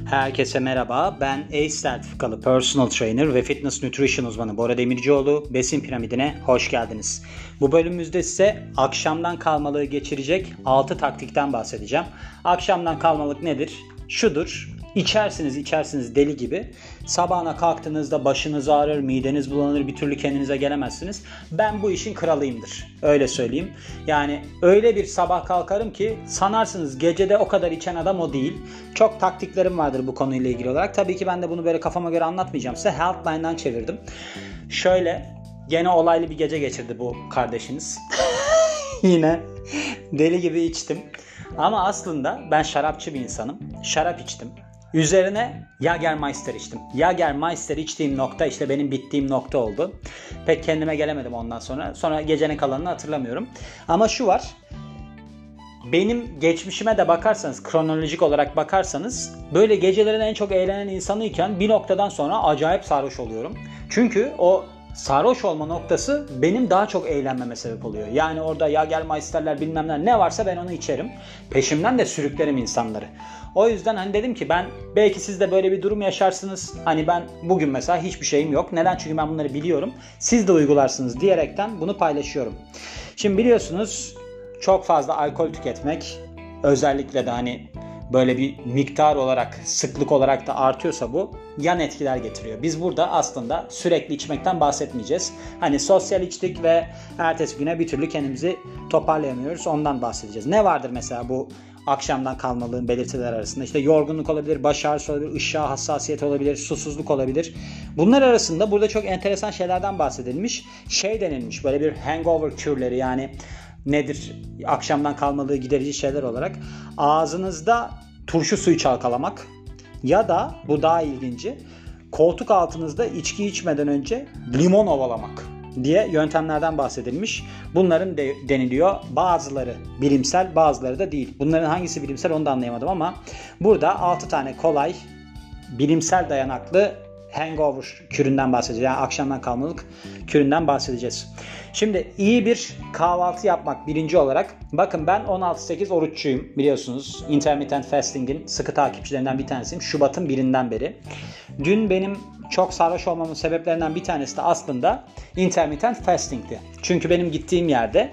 Herkese merhaba. Ben ACE sertifikalı personal trainer ve fitness nutrition uzmanı Bora Demircioğlu. Besin piramidine hoş geldiniz. Bu bölümümüzde size akşamdan kalmalığı geçirecek 6 taktikten bahsedeceğim. Akşamdan kalmalık nedir? Şudur. İçersiniz deli gibi. Sabahına kalktığınızda başınız ağrır, mideniz bulanır, bir türlü kendinize gelemezsiniz. Ben bu işin kralıyımdır. Öyle söyleyeyim. Yani öyle bir sabah kalkarım ki sanarsınız gecede o kadar içen adam o değil. Çok taktiklerim vardır bu konuyla ilgili olarak. Tabii ki ben de bunu böyle kafama göre anlatmayacağım size. Healthline'dan çevirdim. Şöyle gene olaylı bir gece geçirdi bu kardeşiniz. Yine deli gibi içtim. Ama aslında ben şarapçı bir insanım. Şarap içtim. Üzerine Jägermeister içtim. Jägermeister içtiğim nokta işte benim bittiğim nokta oldu. Pek kendime gelemedim ondan sonra. Sonra gecenin kalanını hatırlamıyorum. Ama şu var. Benim geçmişime de bakarsanız, kronolojik olarak bakarsanız böyle gecelerin en çok eğlenen insanıyken bir noktadan sonra acayip sarhoş oluyorum. Çünkü o sarhoş olma noktası benim daha çok eğlenmeme sebep oluyor. Yani orada Jägermeister'ler bilmemler ne varsa ben onu içerim. Peşimden de sürüklerim insanları. O yüzden hani dedim ki ben belki siz de böyle bir durum yaşarsınız. Hani ben bugün mesela hiçbir şeyim yok. Neden? Çünkü ben bunları biliyorum. Siz de uygularsınız diyerekten bunu paylaşıyorum. Şimdi biliyorsunuz çok fazla alkol tüketmek, özellikle de hani böyle bir miktar olarak, sıklık olarak da artıyorsa bu yan etkiler getiriyor. Biz burada aslında sürekli içmekten bahsetmeyeceğiz. Hani sosyal içtik ve ertesi güne bir türlü kendimizi toparlayamıyoruz. Ondan bahsedeceğiz. Ne vardır mesela bu akşamdan kalmalığın belirtiler arasında? İşte yorgunluk olabilir, baş ağrısı olabilir, ışığa hassasiyet olabilir, susuzluk olabilir. Bunlar arasında burada çok enteresan şeylerden bahsedilmiş. Şey denilmiş, böyle bir hangover kürleri, yani nedir? Akşamdan kalmalığı giderici şeyler olarak ağzınızda turşu suyu çalkalamak ya da bu daha ilginci, koltuk altınızda içki içmeden önce limon ovalamak diye yöntemlerden bahsedilmiş. Bunların deniliyor. Bazıları bilimsel, bazıları da değil. Bunların hangisi bilimsel onu da anlayamadım ama burada 6 tane kolay, bilimsel dayanaklı hangover küründen bahsedeceğiz. Yani akşamdan kalmalık küründen bahsedeceğiz. Şimdi iyi bir kahvaltı yapmak birinci olarak. Bakın ben 16-8 oruççuyum biliyorsunuz. Intermittent fasting'in sıkı takipçilerinden bir tanesiyim. Şubat'ın birinden beri. Dün benim çok sarhoş olmamın sebeplerinden bir tanesi de aslında intermittent fasting'ti. Çünkü benim gittiğim yerde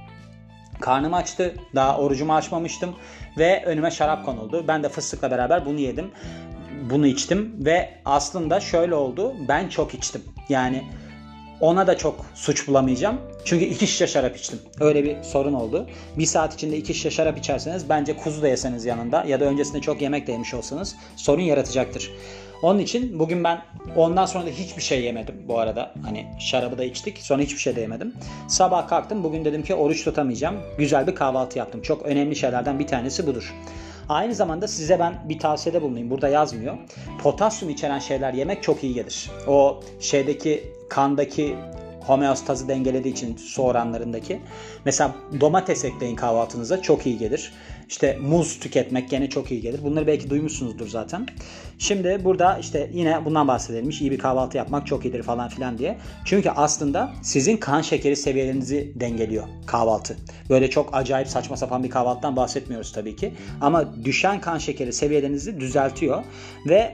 karnım açtı. Daha orucumu açmamıştım. Ve önüme şarap konuldu. Ben de fıstıkla beraber bunu yedim. Bunu içtim ve aslında şöyle oldu. Ben çok içtim. Yani ona da çok suç bulamayacağım. Çünkü 2 şişe şarap içtim. Öyle bir sorun oldu. 1 saat içinde 2 şişe şarap içerseniz bence kuzu da yeseniz yanında ya da öncesinde çok yemek de yemiş olsanız sorun yaratacaktır. Onun için bugün ben ondan sonra da hiçbir şey yemedim bu arada. Hani şarabı da içtik. Sonra hiçbir şey de yemedim. Sabah kalktım. Bugün dedim ki oruç tutamayacağım. Güzel bir kahvaltı yaptım. Çok önemli şeylerden bir tanesi budur. Aynı zamanda size ben bir tavsiyede bulunayım. Burada yazmıyor. Potasyum içeren şeyler yemek çok iyi gelir. O kandaki homeostazı dengelediği için su oranlarındaki. Mesela domates ekleyin kahvaltınıza, çok iyi gelir. İşte muz tüketmek gene çok iyi gelir. Bunları belki duymuşsunuzdur zaten. Şimdi burada işte yine bundan bahsedilmiş. İyi bir kahvaltı yapmak çok iyidir falan filan diye. Çünkü aslında sizin kan şekeri seviyelerinizi dengeliyor kahvaltı. Böyle çok acayip saçma sapan bir kahvaltıdan bahsetmiyoruz tabii ki. Ama düşen kan şekeri seviyelerinizi düzeltiyor ve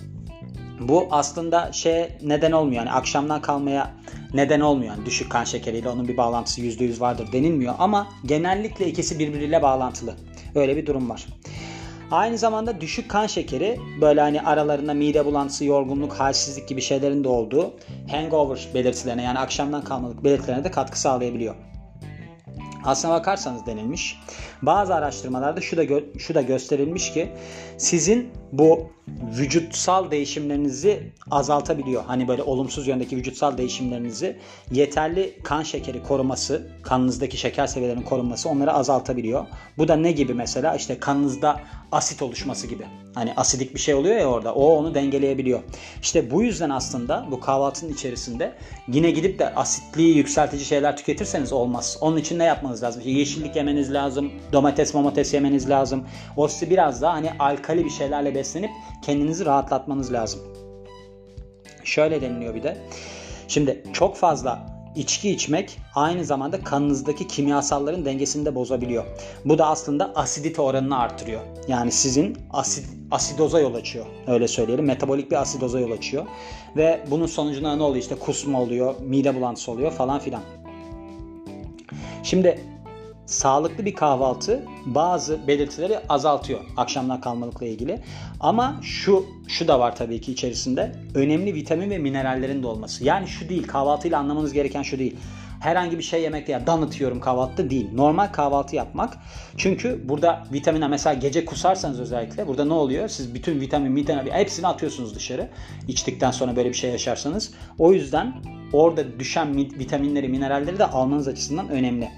bu aslında neden olmuyor. Yani akşamdan kalmaya neden olmuyor. Yani düşük kan şekeriyle onun bir bağlantısı %100 vardır denilmiyor. Ama genellikle ikisi birbiriyle bağlantılı. Öyle bir durum var. Aynı zamanda düşük kan şekeri böyle hani aralarında mide bulantısı, yorgunluk, halsizlik gibi şeylerin de olduğu hangover belirtilerine, yani akşamdan kalmalık belirtilerine de katkı sağlayabiliyor. Aslına bakarsanız denilmiş. Bazı araştırmalarda şu da gösterilmiş ki sizin bu vücutsal değişimlerinizi azaltabiliyor. Hani böyle olumsuz yöndeki vücutsal değişimlerinizi yeterli kan şekeri koruması, kanınızdaki şeker seviyelerinin korunması onları azaltabiliyor. Bu da ne gibi mesela? İşte kanınızda asit oluşması gibi. Hani asidik bir şey oluyor ya orada. O onu dengeleyebiliyor. İşte bu yüzden aslında bu kahvaltının içerisinde yine gidip de asitliği yükseltici şeyler tüketirseniz olmaz. Onun için ne yapmanız lazım? İşte yeşillik yemeniz lazım. Domates yemeniz lazım. O size biraz daha hani alkali bir şeylerle beslenip kendinizi rahatlatmanız lazım. Şöyle deniliyor bir de. Şimdi çok fazla içki içmek aynı zamanda kanınızdaki kimyasalların dengesini de bozabiliyor. Bu da aslında asidite oranını artırıyor. Yani sizin asidoza yol açıyor. Öyle söyleyelim. Metabolik bir asidoza yol açıyor. Ve bunun sonucunda ne oluyor? İşte kusma oluyor, mide bulantısı oluyor falan filan. Şimdi sağlıklı bir kahvaltı bazı belirtileri azaltıyor akşamdan kalmalıkla ilgili. Ama şu da var tabii ki içerisinde. Önemli vitamin ve minerallerin de olması. Yani şu değil, kahvaltıyla anlamanız gereken şu değil. Herhangi bir şey yemek değil, donut yiyorum kahvaltıda değil. Normal kahvaltı yapmak. Çünkü burada vitamine, mesela gece kusarsanız özellikle burada ne oluyor? Siz bütün vitamin, mineral hepsini atıyorsunuz dışarı. İçtikten sonra böyle bir şey yaşarsanız. O yüzden orada düşen vitaminleri, mineralleri de almanız açısından önemli.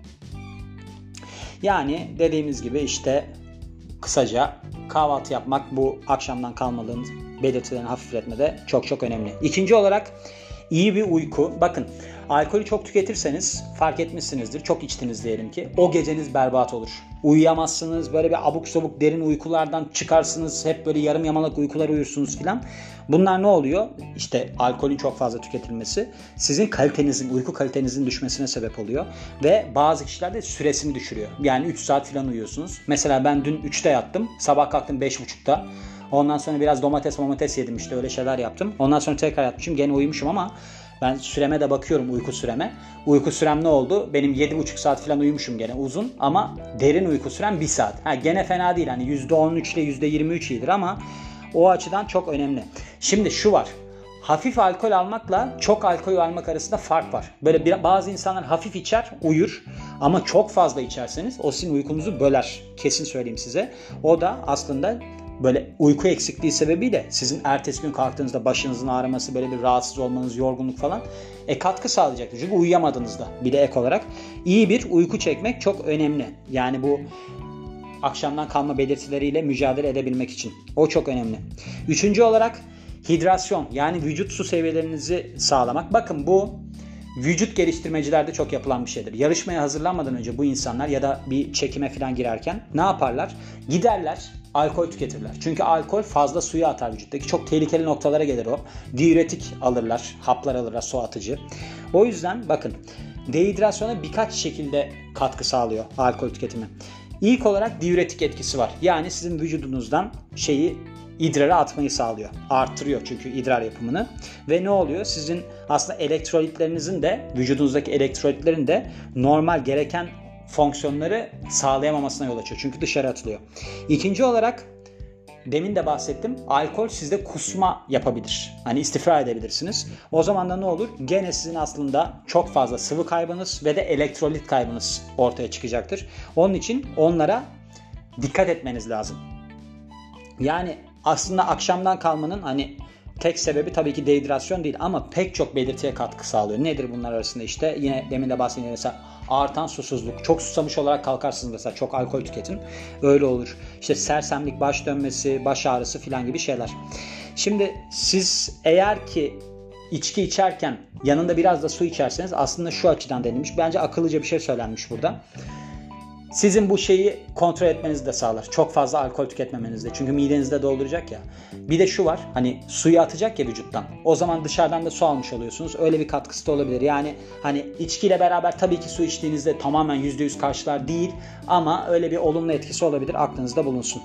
Yani dediğimiz gibi işte kısaca kahvaltı yapmak bu akşamdan kalmalığın belirtilerini hafifletmede çok çok önemli. İkinci olarak iyi bir uyku. Bakın, alkolü çok tüketirseniz fark etmişsinizdir. Çok içtiniz diyelim ki. O geceniz berbat olur. Uyuyamazsınız. Böyle bir abuk sabuk derin uykulardan çıkarsınız. Hep böyle yarım yamalak uykular uyursunuz filan. Bunlar ne oluyor? İşte alkolün çok fazla tüketilmesi sizin uyku kalitenizin düşmesine sebep oluyor. Ve bazı kişiler de süresini düşürüyor. Yani 3 saat filan uyuyorsunuz. Mesela ben dün 3'te yattım. Sabah kalktım 5.30'da. Ondan sonra biraz domates yedim, işte öyle şeyler yaptım. Ondan sonra tekrar yatmışım. Gene uyumuşum ama ben süreme de bakıyorum, uyku süreme. Uyku sürem ne oldu? Benim 7,5 saat falan uyumuşum, gene uzun ama derin uyku sürem 1 saat. Gene fena değil. Hani %13 ile %23 iyidir ama o açıdan çok önemli. Şimdi şu var. Hafif alkol almakla çok alkol almak arasında fark var. Böyle bazı insanlar hafif içer, uyur ama çok fazla içerseniz o sizin uykunuzu böler. Kesin söyleyeyim size. O da aslında böyle uyku eksikliği sebebiyle sizin ertesi gün kalktığınızda başınızın ağrıması, böyle bir rahatsız olmanız, yorgunluk falan katkı sağlayacaktır. Çünkü uyuyamadığınızda bir de ek olarak iyi bir uyku çekmek çok önemli. Yani bu akşamdan kalma belirtileriyle mücadele edebilmek için. O çok önemli. Üçüncü olarak hidrasyon, yani vücut su seviyelerinizi sağlamak. Bakın, bu vücut geliştirmecilerde çok yapılan bir şeydir. Yarışmaya hazırlanmadan önce bu insanlar ya da bir çekime falan girerken ne yaparlar? Giderler, alkol tüketirler. Çünkü alkol fazla suyu atar vücuttaki. Çok tehlikeli noktalara gelir o. Diüretik alırlar, haplar alırlar, su atıcı. O yüzden bakın, dehidrasyona birkaç şekilde katkı sağlıyor alkol tüketimi. İlk olarak diüretik etkisi var. Yani sizin vücudunuzdan idrarı atmayı sağlıyor. Arttırıyor çünkü idrar yapımını. Ve ne oluyor? Sizin aslında elektrolitlerinizin de, vücudunuzdaki elektrolitlerin de normal gereken fonksiyonları sağlayamamasına yol açıyor. Çünkü dışarı atılıyor. İkinci olarak demin de bahsettim. Alkol sizde kusma yapabilir. Hani istifra edebilirsiniz. O zaman da ne olur? Gene sizin aslında çok fazla sıvı kaybınız ve de elektrolit kaybınız ortaya çıkacaktır. Onun için onlara dikkat etmeniz lazım. Yani aslında akşamdan kalmanın hani tek sebebi tabii ki dehidrasyon değil ama pek çok belirtiye katkı sağlıyor. Nedir bunlar arasında? İşte yine demin de bahsettiğim mesela artan susuzluk. Çok susamış olarak kalkarsınız mesela, çok alkol tüketin. Öyle olur. İşte sersemlik, baş dönmesi, baş ağrısı filan gibi şeyler. Şimdi siz eğer ki içki içerken yanında biraz da su içerseniz, aslında şu açıdan denilmiş. Bence akıllıca bir şey söylenmiş burada. Sizin bu şeyi kontrol etmenizi de sağlar. Çok fazla alkol tüketmemenizi de. Çünkü midenizde dolduracak ya. Bir de şu var. Hani suyu atacak ya vücuttan. O zaman dışarıdan da su almış oluyorsunuz. Öyle bir katkısı da olabilir. Yani hani içkiyle beraber tabii ki su içtiğinizde tamamen %100 karşılar değil. Ama öyle bir olumlu etkisi olabilir. Aklınızda bulunsun.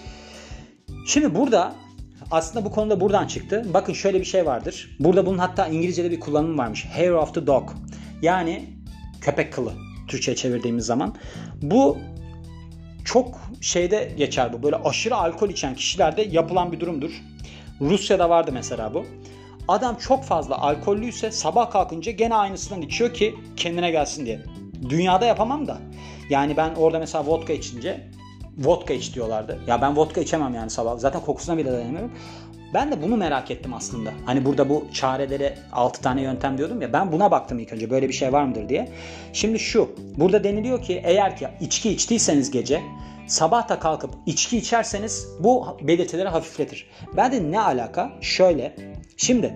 Şimdi burada aslında bu konuda buradan çıktı. Bakın, şöyle bir şey vardır. Burada bunun hatta İngilizce'de bir kullanımı varmış. Hair of the dog. Yani köpek kılı. Türkçe'ye çevirdiğimiz zaman. Bu çok şeyde geçer bu. Böyle aşırı alkol içen kişilerde yapılan bir durumdur. Rusya'da vardı mesela bu. Adam çok fazla alkollüyse sabah kalkınca gene aynısından içiyor ki kendine gelsin diye. Dünyada yapamam da. Yani ben orada mesela vodka içince vodka iç diyorlardı. Ya ben vodka içemem yani sabah. Zaten kokusuna bile dayanamıyorum. Ben de bunu merak ettim aslında. Hani burada bu çarelere 6 tane yöntem diyordum ya. Ben buna baktım ilk önce. Böyle bir şey var mıdır diye. Şimdi burada deniliyor ki eğer ki içki içtiyseniz gece, sabah da kalkıp içki içerseniz bu belirtileri hafifletir. Ben de ne alaka? Şöyle. Şimdi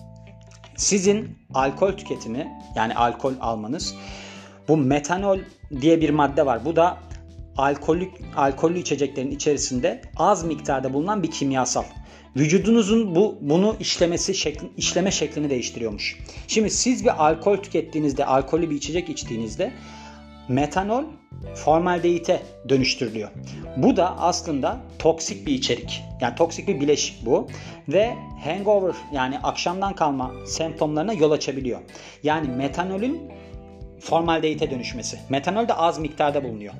sizin alkol tüketimi, yani alkol almanız, bu metanol diye bir madde var. Bu da alkollü içeceklerin içerisinde az miktarda bulunan bir kimyasal. Vücudunuzun bunu işleme şeklini değiştiriyormuş. Şimdi siz bir alkol tükettiğinizde, alkollü bir içecek içtiğinizde metanol formaldehite dönüştürülüyor. Bu da aslında toksik bir içerik. Yani toksik bir bileşik bu. Ve hangover, yani akşamdan kalma semptomlarına yol açabiliyor. Yani metanolün formaldehite dönüşmesi. Metanol de az miktarda bulunuyor.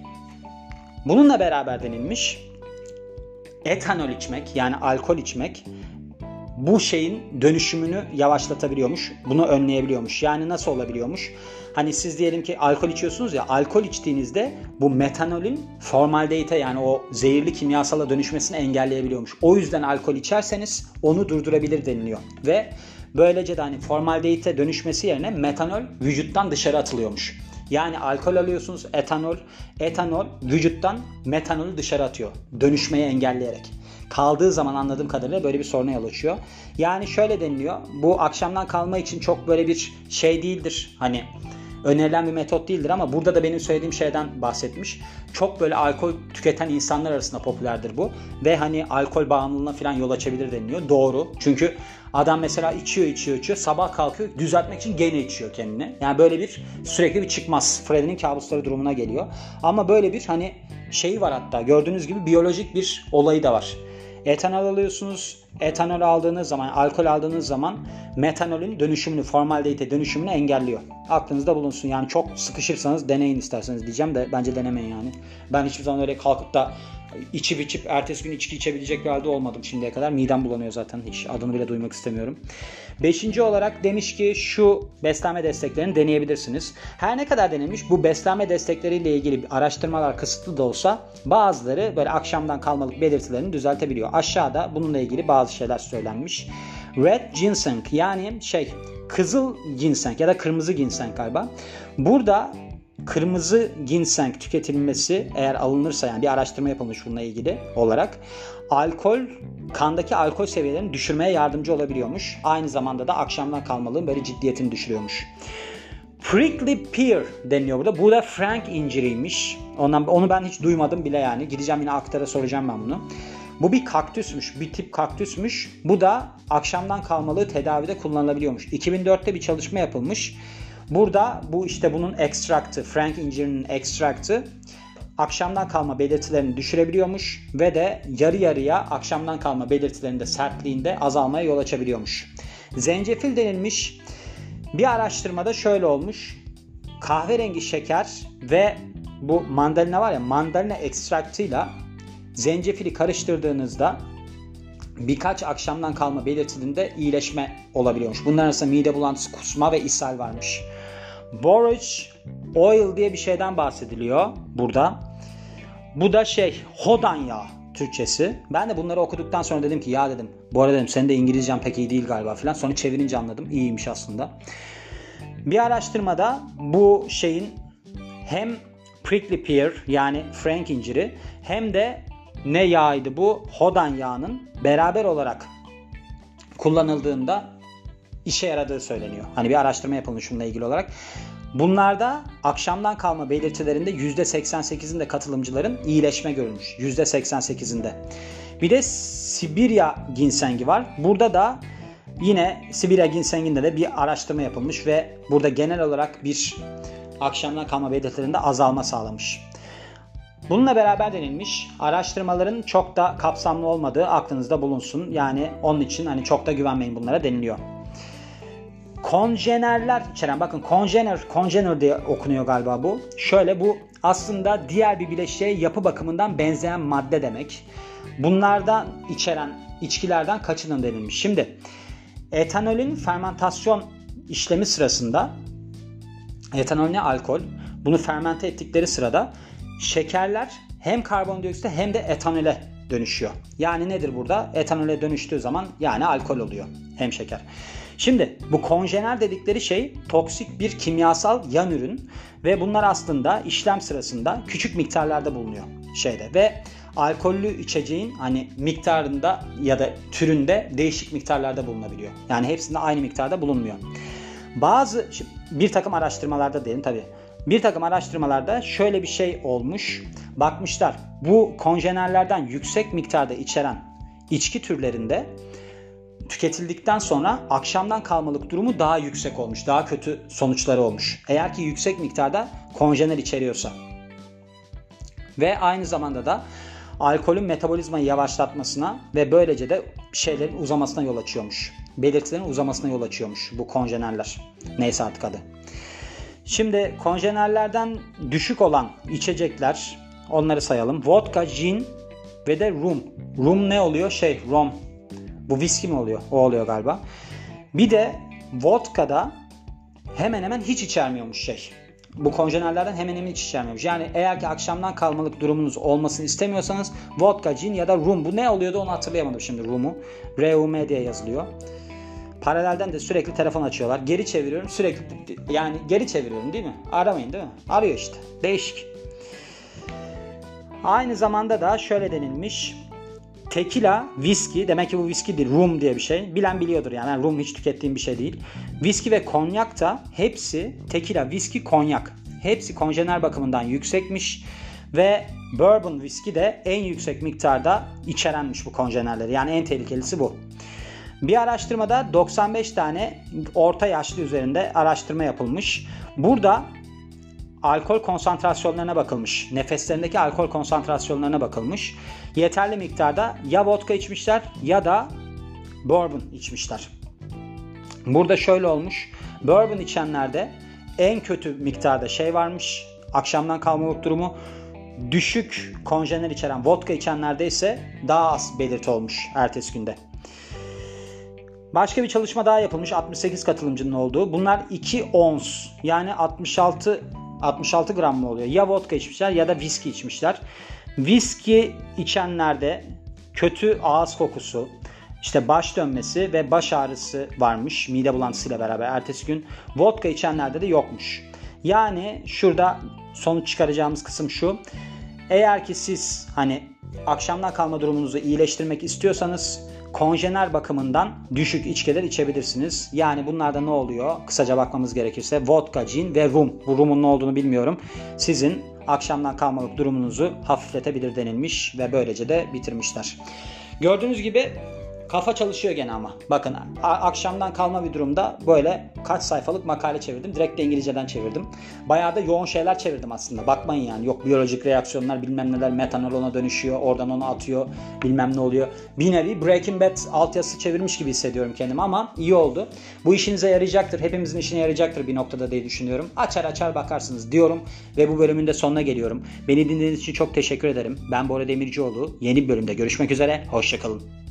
Bununla beraber denilmiş, etanol içmek, yani alkol içmek bu şeyin dönüşümünü yavaşlatabiliyormuş. Bunu önleyebiliyormuş. Yani nasıl olabiliyormuş? Hani siz diyelim ki alkol içiyorsunuz ya, alkol içtiğinizde bu metanolün formaldehite, yani o zehirli kimyasala dönüşmesini engelleyebiliyormuş. O yüzden alkol içerseniz onu durdurabilir deniliyor. Ve böylece de hani formaldehite dönüşmesi yerine metanol vücuttan dışarı atılıyormuş. Yani alkol alıyorsunuz, etanol vücuttan metanolü dışarı atıyor. Dönüşmeyi engelleyerek. Kaldığı zaman anladığım kadarıyla böyle bir soruna yol açıyor. Yani şöyle deniliyor. Bu akşamdan kalma için çok böyle bir şey değildir. Hani önerilen bir metot değildir ama burada da benim söylediğim şeyden bahsetmiş. Çok böyle alkol tüketen insanlar arasında popülerdir bu. Ve hani alkol bağımlılığına falan yol açabilir deniliyor. Doğru. Çünkü adam mesela içiyor. Sabah kalkıyor, düzeltmek için gene içiyor kendini. Yani böyle bir sürekli bir çıkmaz. Freddy'nin kabusları durumuna geliyor. Ama böyle bir hani şeyi var, hatta gördüğünüz gibi biyolojik bir olayı da var. Etanol alıyorsunuz. Etanol aldığınız zaman, alkol aldığınız zaman metanolün dönüşümünü, formaldehite dönüşümünü engelliyor. Aklınızda bulunsun. Yani çok sıkışırsanız deneyin isterseniz diyeceğim de bence denemeyin yani. Ben hiçbir zaman öyle kalkıp da içip ertesi gün içki içebilecek bir halde olmadım şimdiye kadar. Midem bulanıyor zaten. Hiç adını bile duymak istemiyorum. 5. olarak demiş ki şu beslenme desteklerini deneyebilirsiniz. Her ne kadar denilmiş, bu beslenme destekleriyle ilgili araştırmalar kısıtlı da olsa bazıları böyle akşamdan kalmalık belirtilerini düzeltebiliyor. Aşağıda bununla ilgili bazı şeyler söylenmiş. Red ginseng, yani kızıl ginseng ya da kırmızı ginseng galiba. Burada kırmızı ginseng tüketilmesi eğer alınırsa, yani bir araştırma yapılmış bununla ilgili olarak, kandaki alkol seviyelerini düşürmeye yardımcı olabiliyormuş. Aynı zamanda da akşamdan kalmalığın böyle ciddiyetini düşürüyormuş. Prickly pear deniliyor burada. Bu da Frank inciriymiş. Onu ben hiç duymadım bile yani. Gideceğim yine aktara soracağım ben bunu. Bu bir kaktüsmüş. Bir tip kaktüsmüş. Bu da akşamdan kalmalığı tedavide kullanılabiliyormuş. 2004'te bir çalışma yapılmış. Burada bunun ekstraktı, Frank incirinin ekstraktı akşamdan kalma belirtilerini düşürebiliyormuş ve de yarı yarıya akşamdan kalma belirtilerinde, sertliğinde azalmaya yol açabiliyormuş. Zencefil denilmiş. Bir araştırmada şöyle olmuş. Kahverengi şeker ve bu mandalina var ya, mandalina ekstraktıyla zencefili karıştırdığınızda birkaç akşamdan kalma belirtilerinde iyileşme olabiliyormuş. Bunların arasında mide bulantısı, kusma ve ishal varmış. Borage oil diye bir şeyden bahsediliyor burada. Bu da hodan yağı Türkçesi. Ben de bunları okuduktan sonra dedim ki ya dedim, bu arada dedim senin de İngilizcen pek iyi değil galiba falan. Sonra çevirince anladım, iyiymiş aslında. Bir araştırmada bu şeyin hem prickly pear, yani Frank inciri, hem de ne yağıydı bu? Hodan yağının beraber olarak kullanıldığında işe yaradığı söyleniyor. Hani bir araştırma yapılmış bununla ilgili olarak. Bunlarda akşamdan kalma belirtilerinde %88'inde katılımcıların iyileşme görülmüş. %88'inde. Bir de Sibirya ginsengi var. Burada da yine Sibirya ginsenginde de bir araştırma yapılmış ve burada genel olarak bir akşamdan kalma belirtilerinde azalma sağlamış. Bununla beraber denilmiş, araştırmaların çok da kapsamlı olmadığı aklınızda bulunsun. Yani onun için hani çok da güvenmeyin bunlara deniliyor. Konjenerler içeren, bakın konjener diye okunuyor galiba bu. Şöyle, bu aslında diğer bir bileşiğe yapı bakımından benzeyen madde demek. Bunlardan içeren içkilerden kaçının denilmiş. Şimdi etanolün fermentasyon işlemi sırasında, etanol ne? Alkol. Bunu fermente ettikleri sırada şekerler hem karbondioksite hem de etanole dönüşüyor. Yani nedir burada? Etanole dönüştüğü zaman yani alkol oluyor. Hem şeker. Şimdi bu konjener dedikleri şey toksik bir kimyasal yan ürün ve bunlar aslında işlem sırasında küçük miktarlarda bulunuyor ve alkollü içeceğin hani miktarında ya da türünde değişik miktarlarda bulunabiliyor. Yani hepsinde aynı miktarda bulunmuyor. Bir takım araştırmalarda diyelim tabii. bir takım araştırmalarda şöyle bir şey olmuş. Bakmışlar, bu konjenerlerden yüksek miktarda içeren içki türlerinde tüketildikten sonra akşamdan kalmalık durumu daha yüksek olmuş. Daha kötü sonuçları olmuş. Eğer ki yüksek miktarda konjener içeriyorsa. Ve aynı zamanda da alkolün metabolizmayı yavaşlatmasına ve böylece de şeylerin uzamasına yol açıyormuş. Belirtilerin uzamasına yol açıyormuş bu konjenerler. Neyse artık adı. Şimdi konjenerlerden düşük olan içecekler, onları sayalım. Vodka, gin ve de rum. Rum ne oluyor? Rom. Bu viski mi oluyor? O oluyor galiba. Bir de vodka'da hemen hemen hiç içermiyormuş Bu konjenerlerden hemen hemen hiç içermiyormuş. Yani eğer ki akşamdan kalmalık durumunuz olmasını istemiyorsanız vodka, gin ya da rum. Bu ne oluyordu onu hatırlayamadım şimdi rumu. R-U-M diye yazılıyor. Paralelden de sürekli telefon açıyorlar. Geri çeviriyorum sürekli, yani geri çeviriyorum değil mi? Aramayın değil mi? Arıyor işte. Değişik. Aynı zamanda da şöyle denilmiş. Tekila, viski, demek ki bu viski değil, rum diye bir şey. Bilen biliyordur yani rum hiç tükettiğim bir şey değil. Viski ve konyak da hepsi, tekila, viski, konyak. Hepsi konjener bakımından yüksekmiş. Ve bourbon viski de en yüksek miktarda içerenmiş bu konjenerleri. Yani en tehlikelisi bu. Bir araştırmada 95 tane orta yaşlı üzerinde araştırma yapılmış. Burada alkol konsantrasyonlarına bakılmış. Nefeslerindeki alkol konsantrasyonlarına bakılmış. Yeterli miktarda ya vodka içmişler ya da bourbon içmişler. Burada şöyle olmuş. Bourbon içenlerde en kötü miktarda varmış. Akşamdan kalmalık durumu. Düşük konjener içeren vodka içenlerde ise daha az belirti olmuş ertesi günde. Başka bir çalışma daha yapılmış. 68 katılımcının olduğu. Bunlar 2 ons yani 66 gram mı oluyor? Ya vodka içmişler ya da viski içmişler. Viski içenlerde kötü ağız kokusu, işte baş dönmesi ve baş ağrısı varmış. Mide bulantısıyla beraber ertesi gün. Vodka içenlerde de yokmuş. Yani şurada sonuç çıkaracağımız kısım şu. Eğer ki siz akşamdan kalma durumunuzu iyileştirmek istiyorsanız konjener bakımından düşük içkiler içebilirsiniz. Yani bunlarda ne oluyor? Kısaca bakmamız gerekirse vodka, gin ve rum. Bu rumun ne olduğunu bilmiyorum. Sizin akşamdan kalmalık durumunuzu hafifletebilir denilmiş ve böylece de bitirmişler. Gördüğünüz gibi kafa çalışıyor gene ama. Bakın akşamdan kalma bir durumda böyle kaç sayfalık makale çevirdim. Direkt de İngilizceden çevirdim. Bayağı da yoğun şeyler çevirdim aslında. Bakmayın yani. Yok biyolojik reaksiyonlar bilmem neler, metanol ona dönüşüyor. Oradan onu atıyor. Bilmem ne oluyor. Bir nevi Breaking Bad altyazısı çevirmiş gibi hissediyorum kendimi ama iyi oldu. Bu işinize yarayacaktır. Hepimizin işine yarayacaktır bir noktada diye düşünüyorum. Açar bakarsınız diyorum ve bu bölümün de sonuna geliyorum. Beni dinlediğiniz için çok teşekkür ederim. Ben Bora Demircioğlu. Yeni bir bölümde görüşmek üzere. Hoşça kalın.